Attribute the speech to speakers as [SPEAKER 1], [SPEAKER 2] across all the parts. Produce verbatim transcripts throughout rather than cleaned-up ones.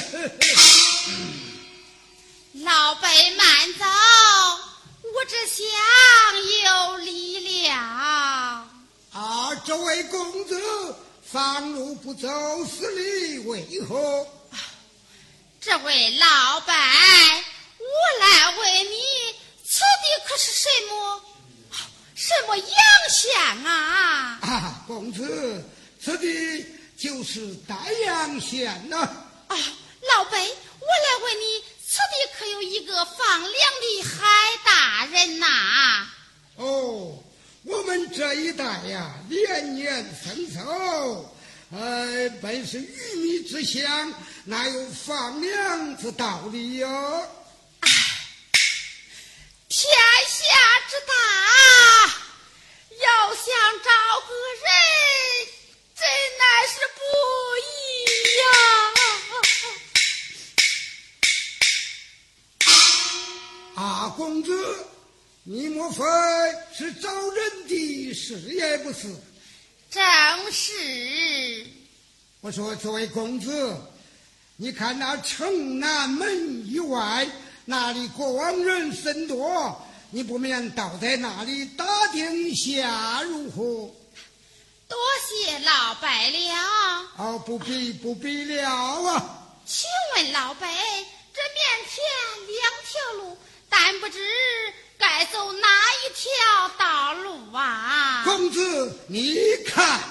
[SPEAKER 1] 老辈慢走，我这厢有礼了。
[SPEAKER 2] 啊，这位公子放路不走，死礼为何？
[SPEAKER 1] 这位老伯，我来问你，此地可是什么什么阳县啊？
[SPEAKER 2] 啊，公子，此地就是丹阳县呐。
[SPEAKER 1] 啊，老伯，我来问你，此地可有一个放粮的海大人呐？
[SPEAKER 2] 哦，我们这一带呀，连年丰收，呃，本是鱼米之乡，哪有放粮之道理哟？
[SPEAKER 1] 哎，天下之大，要想找个人，真乃是不易
[SPEAKER 2] 呀！啊，公子，你莫非是找人的事也不是？
[SPEAKER 1] 正是。
[SPEAKER 2] 我说这位公子，你看那城南门以外，那里过往人甚多，你不免倒在那里打听一下如何？
[SPEAKER 1] 多谢老伯了。
[SPEAKER 2] 哦，不必不必了啊。
[SPEAKER 1] 请问老伯，这面前两条路，但不知该走哪一条道路啊？
[SPEAKER 2] 公子，你看，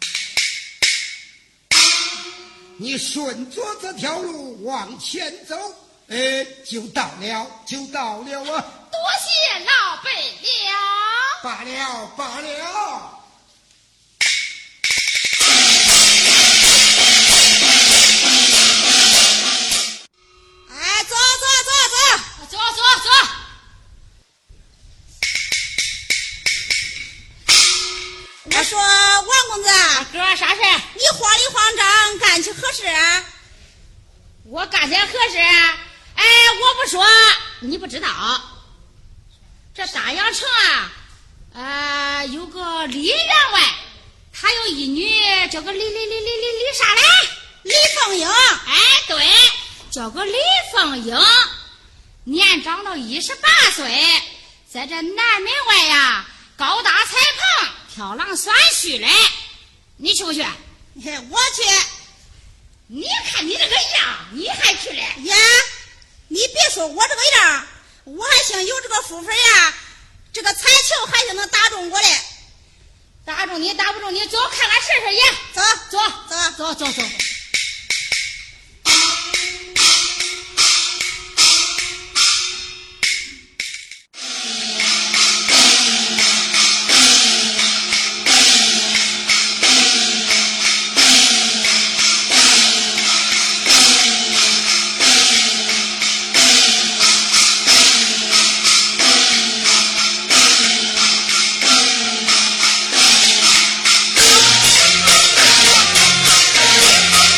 [SPEAKER 2] 你顺着这条路往前走，哎，就到了，就到了啊！
[SPEAKER 1] 多谢老伯了。
[SPEAKER 2] 罢了，罢了。
[SPEAKER 3] 哎，走走走走，
[SPEAKER 1] 走走走。
[SPEAKER 3] 我说王公子，
[SPEAKER 1] 哥，啥事？
[SPEAKER 3] 你慌里慌张干起何事啊？
[SPEAKER 1] 我干起何事？哎，我不说，你不知道。这丹阳城啊，呃，有个李员外，他有一女，叫个李李李李李李啥来？
[SPEAKER 3] 李凤英。
[SPEAKER 1] 哎，对，叫个李凤英，年长到一十八岁，在这南门外呀，高大彩棚挑狼算序嘞。你去不去？
[SPEAKER 3] 我去。
[SPEAKER 1] 你看你这个样，你还去嘞？
[SPEAKER 3] 呀，你别说我这个样，我还想有这个福分呀，这个彩球还是能打中我嘞。
[SPEAKER 1] 打中你，打不中你，走看看试试也。
[SPEAKER 3] 走
[SPEAKER 1] 走
[SPEAKER 3] 走
[SPEAKER 1] 走走走。
[SPEAKER 2] 啊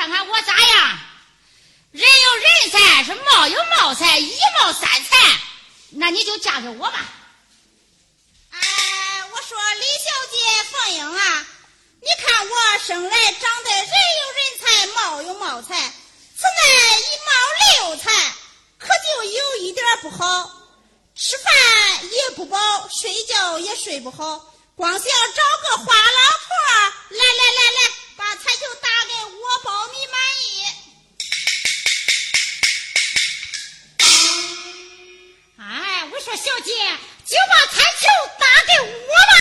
[SPEAKER 1] 看看我咋样？人有人才，是貌有貌才，一貌三才，那你就嫁给我吧。
[SPEAKER 3] 哎，我说李小姐凤英啊，你看我生来长得人有人才，貌有貌才，此乃一貌六才，可就有一点不好，吃饭也不饱，睡觉也睡不好，光想找个花老婆。来来来来，把彩球打给我，保你满意。
[SPEAKER 1] 哎，我说小姐，就把彩球打给我吧。